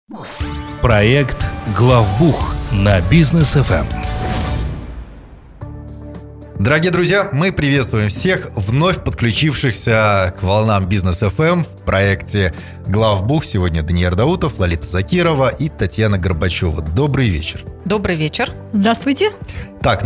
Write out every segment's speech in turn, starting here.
Проект «Главбух» на Бизнес ФМ. Дорогие друзья, мы приветствуем всех вновь подключившихся к волнам Бизнес ФМ в проекте «Главбух». Сегодня Даниил Даутов, Лолита Закирова и Татьяна Горбачева. Добрый вечер. Добрый вечер. Здравствуйте. Так,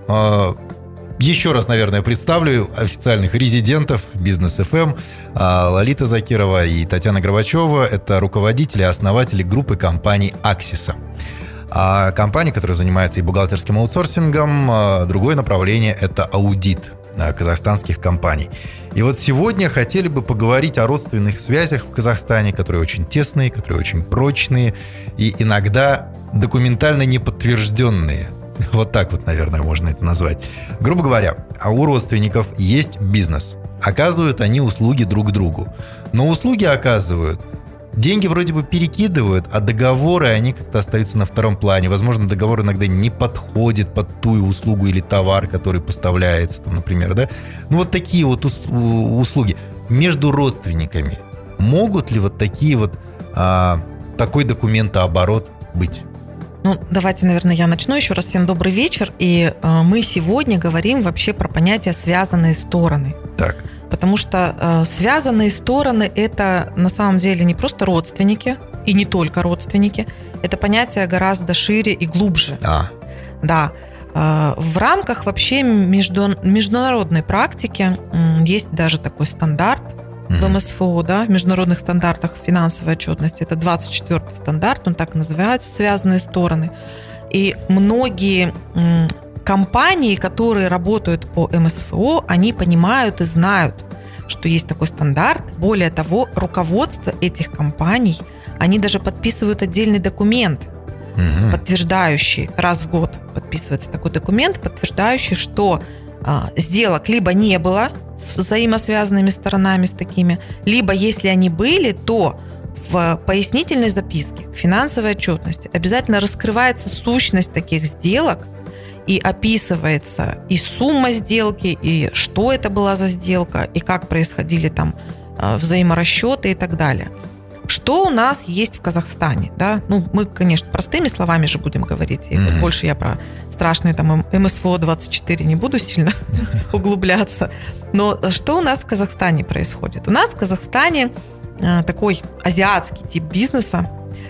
еще раз, наверное, представлю официальных резидентов Бизнес ФМ. Лолита Закирова и Татьяна Горбачева – это руководители и основатели группы компаний «Аксиса». Компания, которая занимается и бухгалтерским аутсорсингом, другое направление – это аудит казахстанских компаний. И вот сегодня хотели бы поговорить о родственных связях в Казахстане, которые очень тесные, которые очень прочные и иногда документально неподтвержденные. Вот так вот, наверное, можно это назвать. Грубо говоря, у родственников есть бизнес. Оказывают они услуги друг другу. Но услуги оказывают, деньги вроде бы перекидывают, а договоры, они как-то остаются на втором плане. Возможно, договор иногда не подходит под ту услугу или товар, который поставляется, например, да? Вот такие вот услуги между родственниками. Могут ли вот такие вот такой документооборот быть? Давайте, наверное, я начну. Еще раз всем добрый вечер. И мы сегодня говорим вообще про понятие «связанные стороны». Так. Потому что связанные стороны – это на самом деле не просто родственники, и не только родственники. Это понятие гораздо шире и глубже. Да. В рамках вообще международной практики есть даже такой стандарт в МСФО, да, в международных стандартах финансовой отчетности. Это 24-й стандарт, он так и называется, связанные стороны. И многие компании, которые работают по МСФО, они понимают и знают, что есть такой стандарт. Более того, руководство этих компаний, они даже подписывают отдельный документ, подтверждающий, раз в год подписывается такой документ, подтверждающий, что сделок либо не было с взаимосвязанными сторонами, с такими, либо если они были, то в пояснительной записке к финансовой отчетности обязательно раскрывается сущность таких сделок и описывается и сумма сделки, и что это была за сделка, и как происходили там взаиморасчеты и так далее. Что у нас есть в Казахстане? Да? Мы, конечно, простыми словами же будем говорить. И больше я про страшные там МСФО-24 не буду сильно углубляться. Но что у нас в Казахстане происходит? У нас в Казахстане такой азиатский тип бизнеса.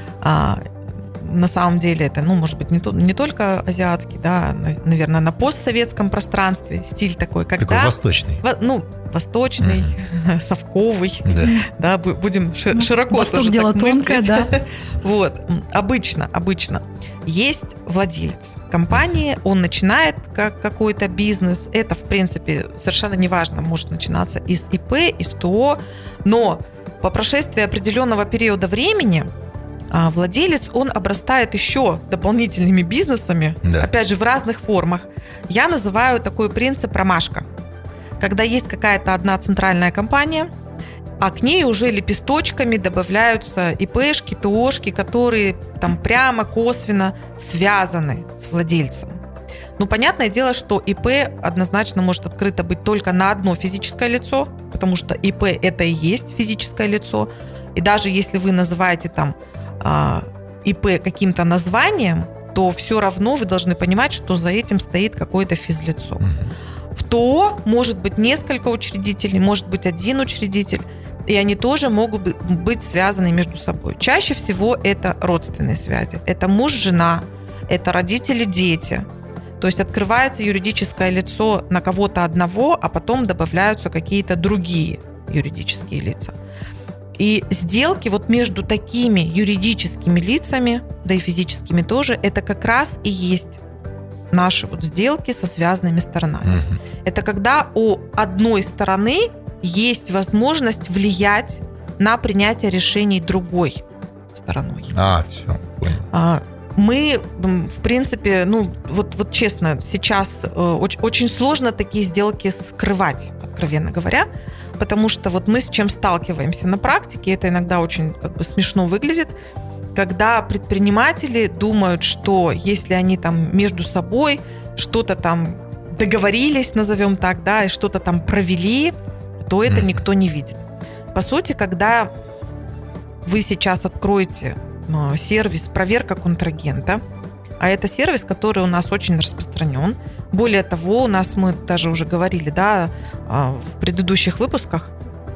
На самом деле это, может быть, не только азиатский, да, наверное, на постсоветском пространстве стиль такой, когда... Такой восточный. Восточный, совковый, да, будем широко Восток тоже дело так тонкое, мыслить. да. Вот, обычно есть владелец компании, он начинает как какой-то бизнес, это, в принципе, совершенно неважно, может начинаться из ИП, из ТО, но по прошествии определенного периода времени владелец, он обрастает еще дополнительными бизнесами, опять же, в разных формах. Я называю такой принцип ромашка. Когда есть какая-то одна центральная компания, а к ней уже лепесточками добавляются ИПшки, ТОшки, которые там прямо, косвенно связаны с владельцем. Понятное дело, что ИП однозначно может открыто быть только на одно физическое лицо, потому что ИП – это и есть физическое лицо. И даже если вы называете там ИП каким-то названием, то все равно вы должны понимать, что за этим стоит какое-то физлицо. В ТО может быть несколько учредителей, может быть один учредитель, и они тоже могут быть связаны между собой. Чаще всего это родственные связи. Это муж, жена, это родители, дети. То есть открывается юридическое лицо на кого-то одного, а потом добавляются какие-то другие юридические лица. И сделки вот между такими юридическими лицами, да и физическими тоже, это как раз и есть наши вот сделки со связанными сторонами. Это когда у одной стороны есть возможность влиять на принятие решений другой стороной. Все, понял. Мы, в принципе, вот честно, сейчас очень сложно такие сделки скрывать, откровенно говоря, потому что вот мы с чем сталкиваемся на практике, это иногда очень смешно выглядит, когда предприниматели думают, что если они там между собой что-то там договорились, назовем так, да, и что-то там провели, то это никто не видит. По сути, когда вы сейчас откроете сервис «Проверка контрагента». А это сервис, который у нас очень распространен. Более того, у нас, мы даже уже говорили, да, в предыдущих выпусках,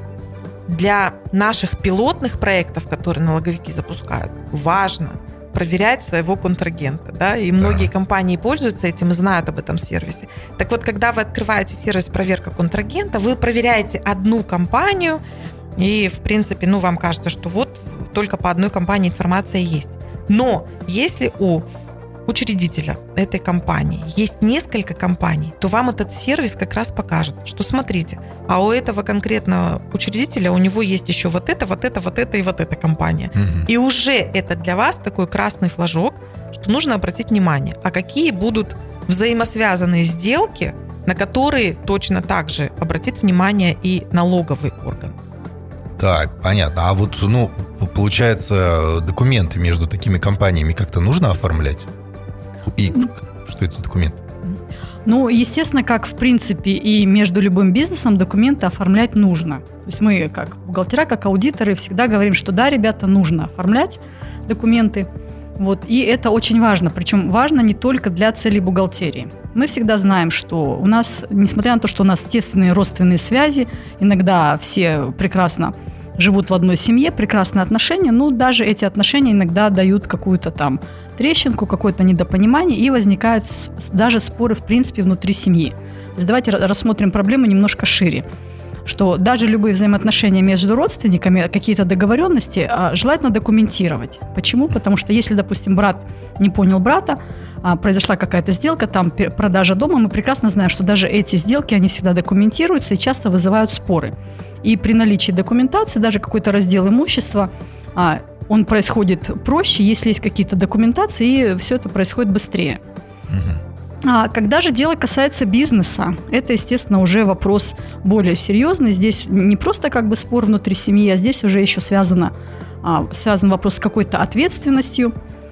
для наших пилотных проектов, которые налоговики запускают, важно проверять своего контрагента. Да? И многие компании пользуются этим и знают об этом сервисе. Так вот, когда вы открываете сервис «Проверка контрагента», вы проверяете одну компанию, и, в принципе, вам кажется, что вот только по одной компании информация есть. Но если у учредителя этой компании есть несколько компаний, то вам этот сервис как раз покажет, что смотрите, а у этого конкретного учредителя у него есть еще вот это и вот эта компания. И уже это для вас такой красный флажок, что нужно обратить внимание, а какие будут взаимосвязанные сделки, на которые точно так же обратит внимание и налоговый орган. Так, понятно. А вот, получается, документы между такими компаниями как-то нужно оформлять? И что это за документ? Естественно, как в принципе и между любым бизнесом документы оформлять нужно. То есть мы, как бухгалтера, как аудиторы, всегда говорим, что да, ребята, нужно оформлять документы. И это очень важно. Причем важно не только для целей бухгалтерии. Мы всегда знаем, что у нас, несмотря на то, что у нас естественные родственные связи, иногда все прекрасно живут в одной семье, прекрасные отношения, даже эти отношения иногда дают какую-то там трещинку, какое-то недопонимание, и возникают даже споры, в принципе, внутри семьи. То есть давайте рассмотрим проблему немножко шире, что даже любые взаимоотношения между родственниками, какие-то договоренности желательно документировать. Почему? Потому что если, допустим, брат не понял брата, произошла какая-то сделка, там продажа дома, мы прекрасно знаем, что даже эти сделки, они всегда документируются и часто вызывают споры. И при наличии документации, даже какой-то раздел имущества, он происходит проще, если есть какие-то документации, и все это происходит быстрее. А когда же дело касается бизнеса, это, естественно, уже вопрос более серьезный. Здесь не просто спор внутри семьи, а здесь уже еще связан вопрос с какой-то ответственностью.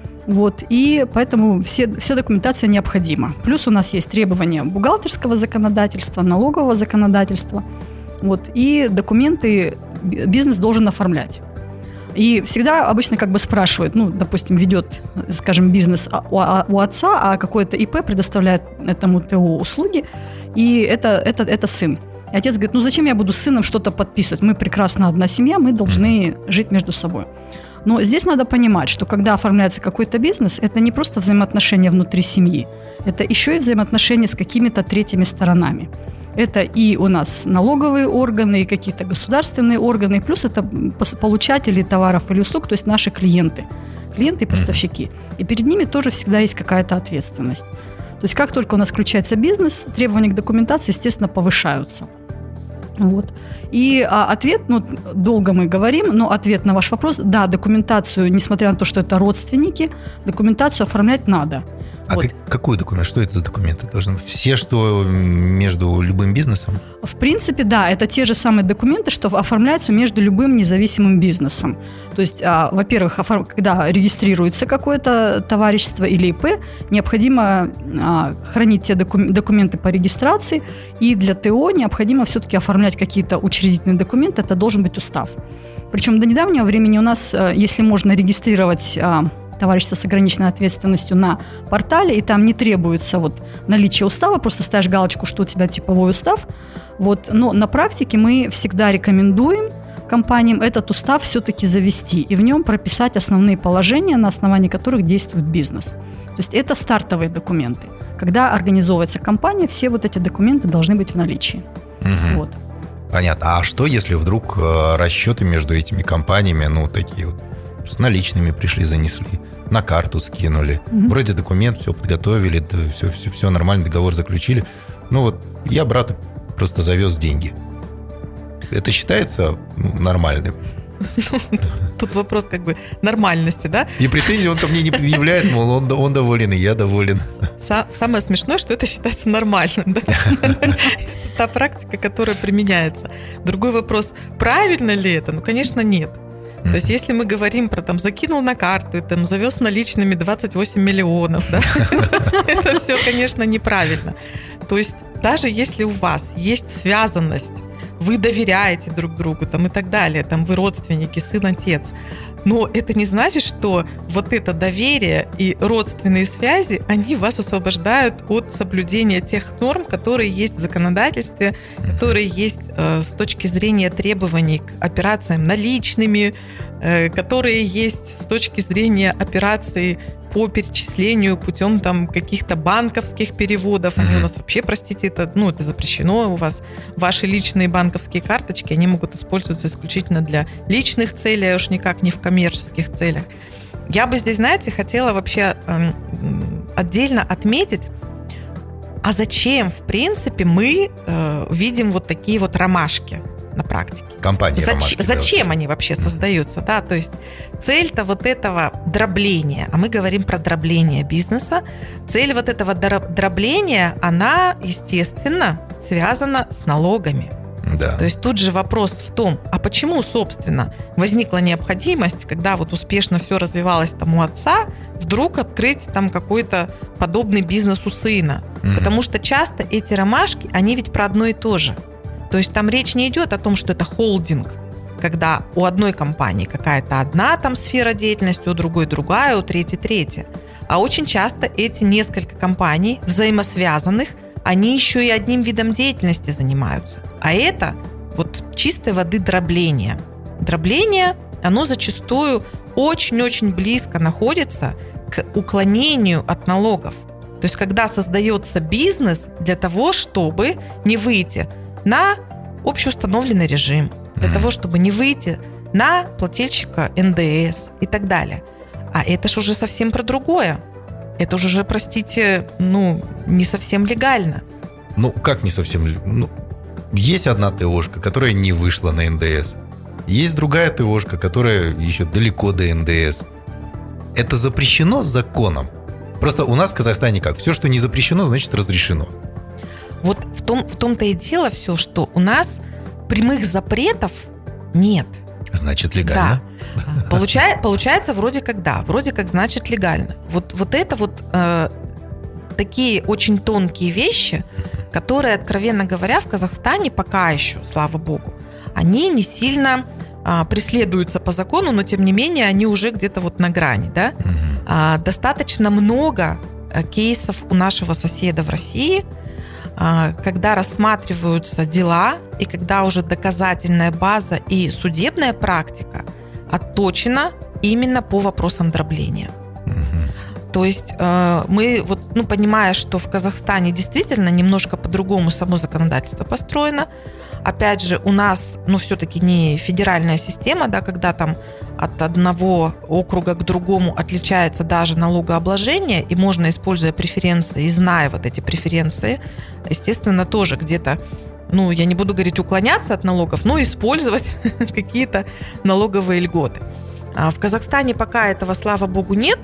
И поэтому вся документация необходима. Плюс у нас есть требования бухгалтерского законодательства, налогового законодательства. И документы бизнес должен оформлять. И всегда обычно спрашивают, допустим, ведет, скажем, бизнес у отца, а какое-то ИП предоставляет этому ТО услуги, и это сын. И отец говорит, зачем я буду с сыном что-то подписывать? Мы прекрасно одна семья, мы должны жить между собой. Но здесь надо понимать, что когда оформляется какой-то бизнес, это не просто взаимоотношения внутри семьи, это еще и взаимоотношения с какими-то третьими сторонами. Это и у нас налоговые органы, и какие-то государственные органы, плюс это получатели товаров или услуг, то есть наши клиенты и поставщики. И перед ними тоже всегда есть какая-то ответственность. То есть как только у нас включается бизнес, требования к документации, естественно, повышаются. И ответ, долго мы говорим, но ответ на ваш вопрос, да, документацию, несмотря на то, что это родственники, документацию оформлять надо. Какой документ? Что это за документы должны быть? Все, что между любым бизнесом? В принципе, да, это те же самые документы, что оформляются между любым независимым бизнесом. То есть, во-первых, когда регистрируется какое-то товарищество или ИП, необходимо хранить те документы по регистрации, и для ТО необходимо все-таки оформлять какие-то учредительные документы, это должен быть устав. Причем до недавнего времени у нас, если можно регистрировать товарищество с ограниченной ответственностью на портале, и там не требуется наличие устава, просто ставишь галочку, что у тебя типовой устав. Но на практике мы всегда рекомендуем компаниям этот устав все-таки завести и в нем прописать основные положения, на основании которых действует бизнес. То есть это стартовые документы. Когда организовывается компания, все эти документы должны быть в наличии. Понятно. А что, если вдруг расчеты между этими компаниями, такие с наличными пришли, занесли, на карту скинули, вроде документ, все подготовили, все нормально, договор заключили. Я брату просто завез деньги. Это считается нормальным? Тут вопрос нормальности, да? И претензий он-то мне не предъявляет, мол, он доволен, и я доволен. Самое смешное, что это считается нормальным, да? Это та практика, которая применяется. Другой вопрос, правильно ли это? Конечно, нет. То есть, если мы говорим про закинул на карту, завез наличными 28 миллионов, да, это все, конечно, неправильно. То есть, даже если у вас есть связанность, вы доверяете друг другу и так далее, вы родственники, сын, отец, Но это не значит, что вот это доверие и родственные связи, они вас освобождают от соблюдения тех норм, которые есть в законодательстве, которые есть с точки зрения требований к операциям наличными, которые есть с точки зрения операций по перечислению путем там каких-то банковских переводов. Они у нас вообще, простите, это запрещено. У вас ваши личные банковские карточки, они могут использоваться исключительно для личных целей, а уж никак не в коммерческих целях. Я бы здесь, знаете, хотела вообще отдельно отметить, а зачем, в принципе, мы видим вот такие вот ромашки на практике? Компании ромашки. Зачем они вообще создаются? Да? То есть цель-то вот этого дробления, а мы говорим про дробление бизнеса, цель вот этого дробления, она, естественно, связана с налогами. Да. То есть тут же вопрос в том, а почему, собственно, возникла необходимость, когда вот успешно все развивалось там у отца, вдруг открыть там какой-то подобный бизнес у сына? Потому что часто эти ромашки, они ведь про одно и то же. То есть там речь не идет о том, что это холдинг, когда у одной компании какая-то одна там сфера деятельности, у другой другая, у третьей третья. А очень часто эти несколько компаний взаимосвязанных, они еще и одним видом деятельности занимаются. А это вот чистой воды дробление. Дробление, оно зачастую очень-очень близко находится к уклонению от налогов. То есть когда создается бизнес для того, чтобы не выйти на общеустановленный режим, для того, чтобы не выйти на плательщика НДС и так далее. А это ж уже совсем про другое. Это уже, простите, не совсем легально. Как не совсем? Есть одна ТОшка, которая не вышла на НДС. Есть другая ТОшка, которая еще далеко до НДС. Это запрещено законом? Просто у нас в Казахстане как? Все, что не запрещено, значит разрешено. Вот в том-то и дело все, что у нас прямых запретов нет. Значит, легально. Да. Получается, вроде как да, вроде как значит легально. Вот это вот такие очень тонкие вещи, которые, откровенно говоря, в Казахстане пока еще, слава богу, они не сильно преследуются по закону, но тем не менее они уже где-то вот на грани, да? Достаточно много кейсов у нашего соседа в России, когда рассматриваются дела и когда уже доказательная база и судебная практика отточена именно по вопросам дробления. То есть мы понимая, что в Казахстане действительно немножко по-другому само законодательство построено. Опять же, у нас, все-таки не федеральная система, да, когда там от одного округа к другому отличается даже налогообложение, и можно, используя преференции и зная вот эти преференции, естественно, тоже где-то, я не буду говорить уклоняться от налогов, но использовать какие-то налоговые льготы. В Казахстане пока этого, слава богу, нет.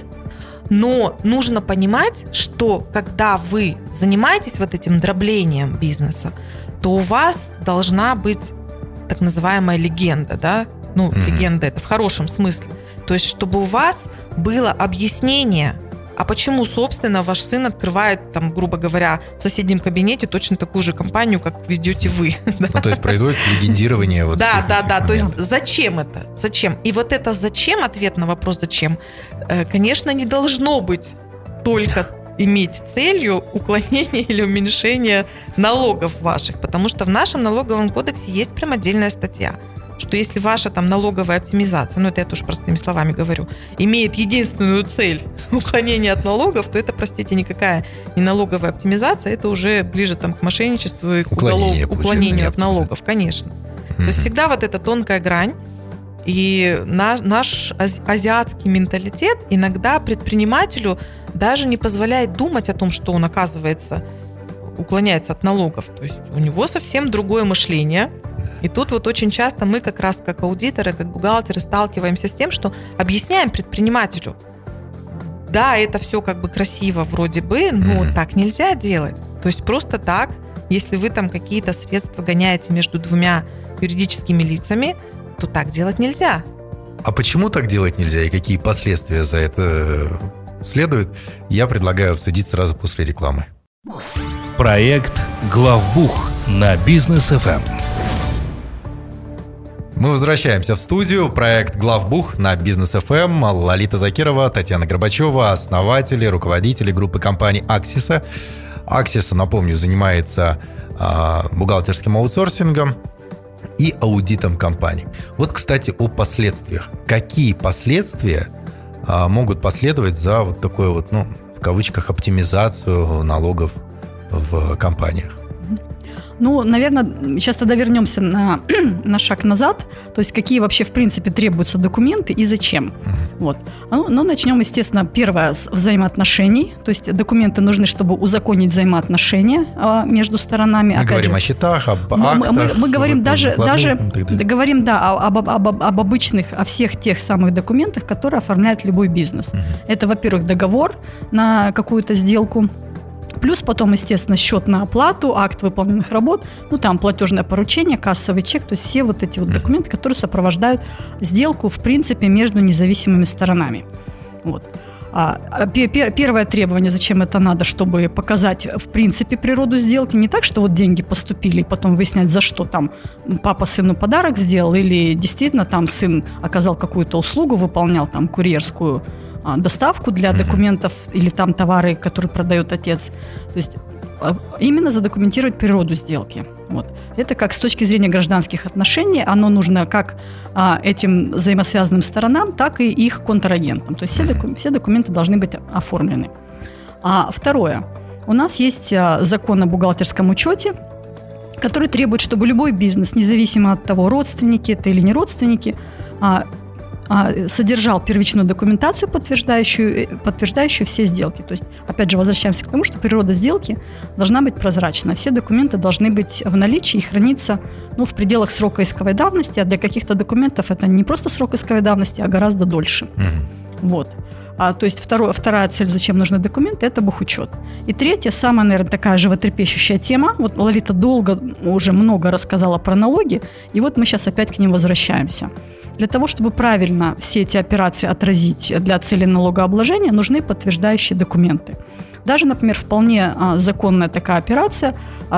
Но нужно понимать, что когда вы занимаетесь вот этим дроблением бизнеса, то у вас должна быть так называемая легенда, да? Легенда это в хорошем смысле. То есть, чтобы у вас было объяснение, а почему, собственно, ваш сын открывает, там, грубо говоря, в соседнем кабинете точно такую же компанию, как ведете вы. То есть производится легендирование. Да. То есть зачем это? Зачем? И вот это зачем, ответ на вопрос зачем, конечно, не должно быть только иметь целью уклонение или уменьшение налогов ваших, потому что в нашем налоговом кодексе есть прям отдельная статья, что если ваша там налоговая оптимизация, это я тоже простыми словами говорю, имеет единственную цель уклонения от налогов, то это, простите, никакая не налоговая оптимизация, это уже ближе там к мошенничеству и к уклонению от налогов, конечно. То есть всегда вот эта тонкая грань. И наш азиатский менталитет иногда предпринимателю даже не позволяет думать о том, что он, оказывается, уклоняется от налогов. То есть у него совсем другое мышление. И тут вот очень часто мы как раз как аудиторы, как бухгалтеры сталкиваемся с тем, что объясняем предпринимателю. Да, это все как бы красиво вроде бы, но так нельзя делать. То есть просто так, если вы там какие-то средства гоняете между двумя юридическими лицами, то так делать нельзя. А почему так делать нельзя и какие последствия за это следуют, я предлагаю обсудить сразу после рекламы. Проект «Главбух» на Бизнес FM. Мы возвращаемся в студию. Проект «Главбух» на Бизнес ФМ. Лолита Закирова, Татьяна Горбачева, основатели, руководители группы компаний «Аксиса». «Аксиса», напомню, занимается бухгалтерским аутсорсингом и аудитом компаний. Вот, кстати, о последствиях. Какие последствия могут последовать за вот такое вот, ну, в кавычках, оптимизацию налогов в компаниях? Ну, наверное, сейчас тогда вернемся на шаг назад. То есть, какие вообще, в принципе, требуются документы и зачем. Вот. Но начнем, естественно, первое с взаимоотношений. То есть, документы нужны, чтобы узаконить взаимоотношения между сторонами. Мы говорим о счетах, об актах. Мы говорим даже говорим, да, об обычных, о всех тех самых документах, которые оформляет любой бизнес. Это, во-первых, договор на какую-то сделку. Плюс потом, естественно, счет на оплату, акт выполненных работ, ну там платежное поручение, кассовый чек, то есть все вот эти вот документы, которые сопровождают сделку, в принципе, между независимыми сторонами. Вот. Первое требование, зачем это надо, чтобы показать, в принципе, природу сделки. Не так, что вот деньги поступили, и потом выяснять, за что там папа сыну подарок сделал, или действительно там сын оказал какую-то услугу, выполнял там курьерскую доставку для документов или там товары, которые продает отец. То есть именно задокументировать природу сделки. Вот. Это как с точки зрения гражданских отношений, оно нужно как этим взаимосвязанным сторонам, так и их контрагентам. То есть все документы должны быть оформлены. Второе. У нас есть закон о бухгалтерском учете, который требует, чтобы любой бизнес, независимо от того, родственники это или не родственники, содержал первичную документацию, подтверждающую все сделки. То есть, опять же, возвращаемся к тому, что природа сделки должна быть прозрачна. Все документы должны быть в наличии и храниться, ну, в пределах срока исковой давности, а для каких-то документов это не просто срок исковой давности, а гораздо дольше. Вот. То есть вторая цель, зачем нужны документы, это бухучет. И третья, самая, наверное, такая животрепещущая тема. Вот Лолита долго, уже много рассказала про налоги, и вот мы сейчас опять к ним возвращаемся. Для того, чтобы правильно все эти операции отразить для цели налогообложения, нужны подтверждающие документы. Даже, например, вполне законная такая операция.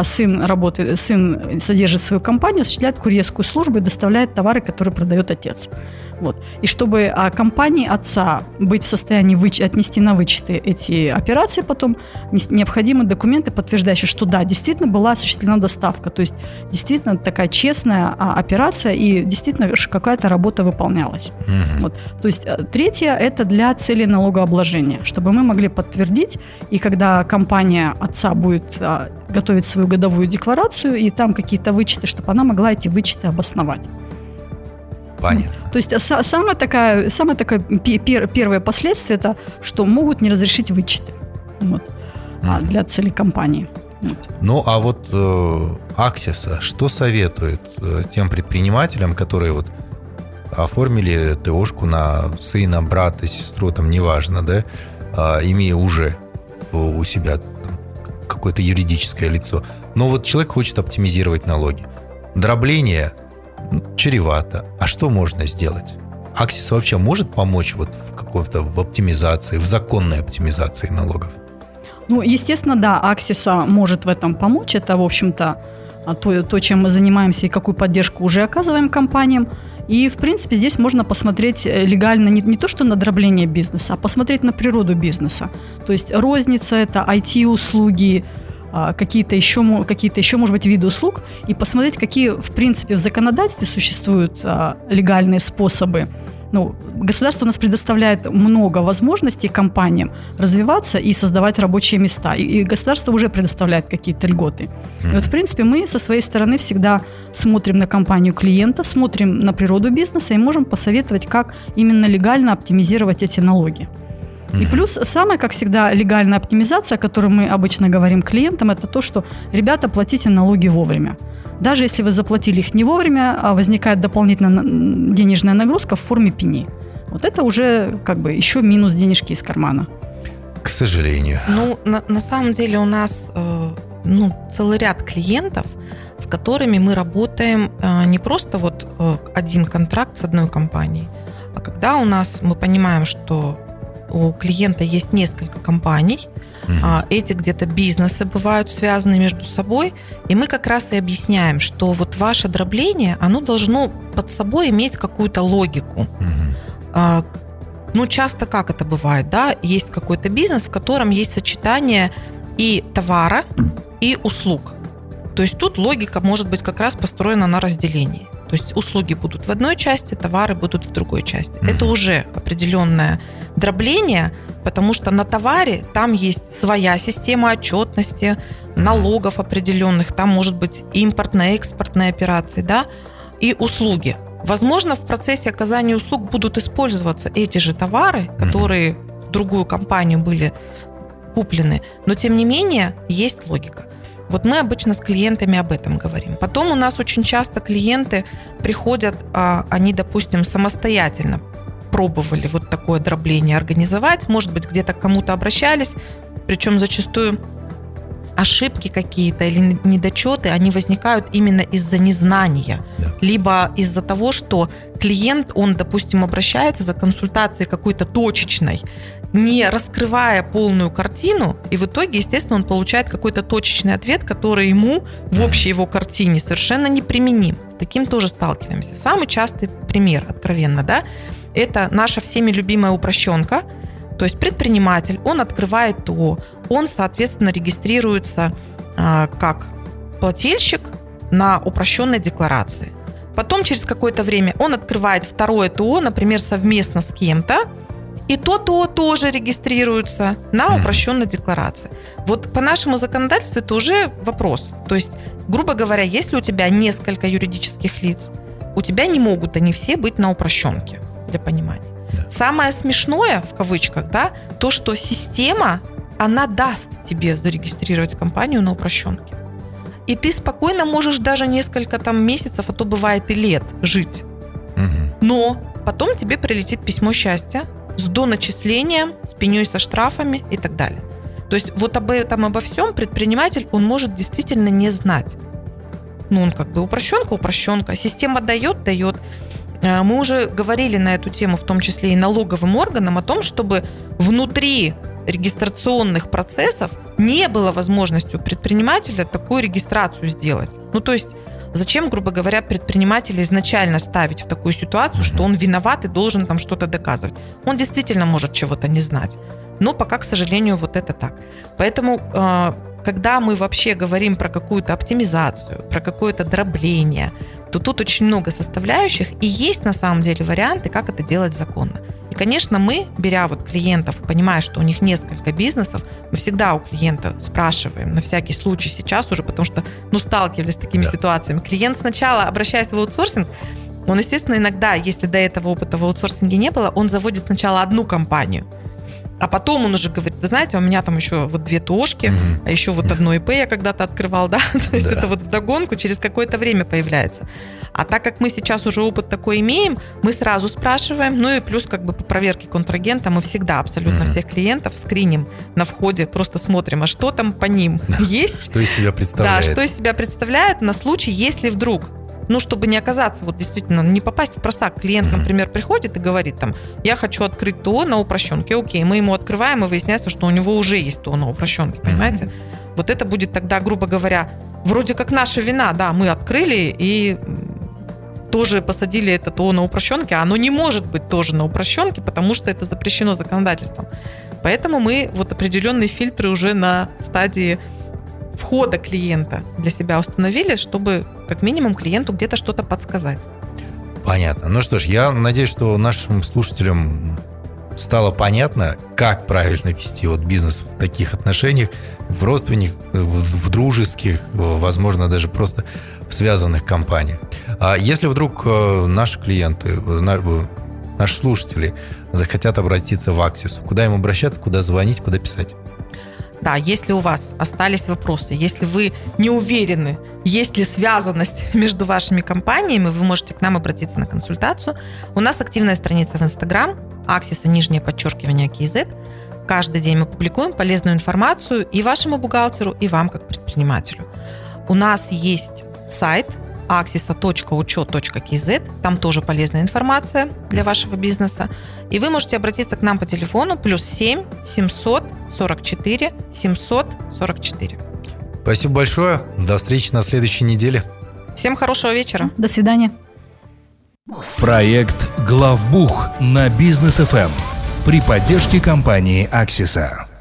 Сын содержит свою компанию, осуществляет курьерскую службу и доставляет товары, которые продает отец. Вот. И чтобы компании отца быть в состоянии отнести на вычеты эти операции потом, необходимы документы, подтверждающие, что да, действительно была осуществлена доставка. То есть действительно такая честная операция и действительно какая-то работа выполнялась. Вот. То есть третье – это для цели налогообложения, чтобы мы могли подтвердить, и когда компания отца будет готовить свою годовую декларацию, и там какие-то вычеты, чтобы она могла эти вычеты обосновать. Понятно. То есть самое такое первое последствие – это что могут не разрешить вычеты для цели компании. Вот. Ну, а вот Аксиса что советует тем предпринимателям, которые вот оформили ТОшку на сына, брата, сестру, там неважно, да, имея уже у себя там какое-то юридическое лицо. Но вот человек хочет оптимизировать налоги. Дробление чревато. А что можно сделать? Аксис вообще может помочь вот в оптимизации, в законной оптимизации налогов? Ну, естественно, да, Аксиса может в этом помочь. Это, в общем-то, то, чем мы занимаемся и какую поддержку уже оказываем компаниям. И, в принципе, здесь можно посмотреть легально не то, что на дробление бизнеса, а посмотреть на природу бизнеса. То есть розница – это IT-услуги, какие-то еще, может быть, виды услуг, и посмотреть, какие, в принципе, в законодательстве существуют легальные способы. Ну, государство у нас предоставляет много возможностей компаниям развиваться и создавать рабочие места. И государство уже предоставляет какие-то льготы. И вот, в принципе, мы со своей стороны всегда смотрим на компанию клиента, смотрим на природу бизнеса и можем посоветовать, как именно легально оптимизировать эти налоги. И плюс самая, как всегда, легальная оптимизация, о которой мы обычно говорим клиентам, это то, что, ребята, платите налоги вовремя. Даже если вы заплатили их не вовремя, возникает дополнительная денежная нагрузка в форме пени. Вот это уже как бы еще минус денежки из кармана. К сожалению. Ну, на самом деле у нас целый ряд клиентов, с которыми мы работаем не просто вот один контракт с одной компанией, а когда мы понимаем, что у клиента есть несколько компаний, эти где-то бизнесы бывают связаны между собой, и мы как раз и объясняем, что вот ваше дробление, оно должно под собой иметь какую-то логику. Часто как это бывает, да, есть какой-то бизнес, в котором есть сочетание и товара, и услуг. То есть тут логика может быть как раз построена на разделении. То есть услуги будут в одной части, товары будут в другой части. Это уже определенное дробление, потому что на товаре там есть своя система отчетности, налогов определенных, там может быть импортные, экспортные операции, да, и услуги. Возможно, в процессе оказания услуг будут использоваться эти же товары, которые в другую компанию были куплены, но тем не менее есть логика. Вот мы обычно с клиентами об этом говорим. Потом у нас очень часто клиенты приходят, они, допустим, самостоятельно пробовали вот такое дробление организовать, может быть, где-то к кому-то обращались, причем зачастую ошибки какие-то или недочеты, они возникают именно из-за незнания, либо из-за того, что клиент, он, допустим, обращается за консультацией какой-то точечной, не раскрывая полную картину, и в итоге, естественно, он получает какой-то точечный ответ, который ему в общей его картине совершенно неприменим. С таким тоже сталкиваемся. Самый частый пример, откровенно, да, это наша всеми любимая упрощенка. То есть предприниматель, он открывает ТО, он, соответственно, регистрируется как плательщик на упрощенной декларации. Потом через какое-то время он открывает второе ТО, например, совместно с кем-то, и то ТО тоже регистрируется на упрощенной декларации. Вот по нашему законодательству это уже вопрос. То есть, грубо говоря, если у тебя несколько юридических лиц, у тебя не могут они все быть на упрощенке, для понимания. Самое смешное, в кавычках, да, то, что система, она даст тебе зарегистрировать компанию на упрощенке. И ты спокойно можешь даже несколько там месяцев, а то бывает и лет, жить. Но потом тебе прилетит письмо счастья с доначислением, с пеней со штрафами и так далее. То есть вот об этом, обо всем предприниматель, он может действительно не знать. Он как бы упрощенка. Система дает. Мы уже говорили на эту тему, в том числе и налоговым органам, о том, чтобы внутри регистрационных процессов не было возможности у предпринимателя такую регистрацию сделать. То есть зачем, грубо говоря, предпринимателя изначально ставить в такую ситуацию, что он виноват и должен там что-то доказывать? Он действительно может чего-то не знать. Но пока, к сожалению, вот это так. Поэтому, когда мы вообще говорим про какую-то оптимизацию, про какое-то дробление, то тут очень много составляющих, и есть на самом деле варианты, как это делать законно. И, конечно, мы, беря вот клиентов, понимая, что у них несколько бизнесов, мы всегда у клиента спрашиваем, на всякий случай сейчас уже, потому что, сталкивались с такими ситуациями. Клиент сначала, обращаясь в аутсорсинг, он, естественно, иногда, если до этого опыта в аутсорсинге не было, он заводит сначала одну компанию, а потом он уже говорит, вы знаете, у меня там еще вот 2 ТОшки, а еще вот одно ИП я когда-то открывал, да, то есть это вот вдогонку через какое-то время появляется. А так как мы сейчас уже опыт такой имеем, мы сразу спрашиваем, и плюс как бы по проверке контрагента мы всегда абсолютно всех клиентов скриним на входе, просто смотрим, а что там по ним есть. Что из себя представляет. Да, что из себя представляет на случай, если вдруг, чтобы не оказаться, вот действительно, не попасть в просак. Клиент, например, приходит и говорит там, я хочу открыть ТО на упрощенке. Окей, мы ему открываем, и выясняется, что у него уже есть ТО на упрощенке, понимаете? Вот это будет тогда, грубо говоря, вроде как наша вина, да, мы открыли и тоже посадили это ТО на упрощенке, а оно не может быть тоже на упрощенке, потому что это запрещено законодательством. Поэтому мы вот определенные фильтры уже на стадии входа клиента для себя установили, чтобы как минимум клиенту где-то что-то подсказать. Понятно. Ну что ж, я надеюсь, что нашим слушателям стало понятно, как правильно вести бизнес в таких отношениях, в родственных, в дружеских, возможно, даже просто в связанных компаниях. А если вдруг наши клиенты, наши слушатели захотят обратиться в Аксис, куда им обращаться, куда звонить, куда писать? Да, если у вас остались вопросы, если вы не уверены, есть ли связанность между вашими компаниями, вы можете к нам обратиться на консультацию. У нас активная страница в Инстаграм, Axis_KZ. Каждый день мы публикуем полезную информацию и вашему бухгалтеру, и вам, как предпринимателю. У нас есть сайт axisa.учет.kz. Там тоже полезная информация для вашего бизнеса. И вы можете обратиться к нам по телефону +7 744 744. Спасибо большое. До встречи на следующей неделе. Всем хорошего вечера. До свидания. Проект «Главбух» на Бизнес ФМ при поддержке компании «Аксиса».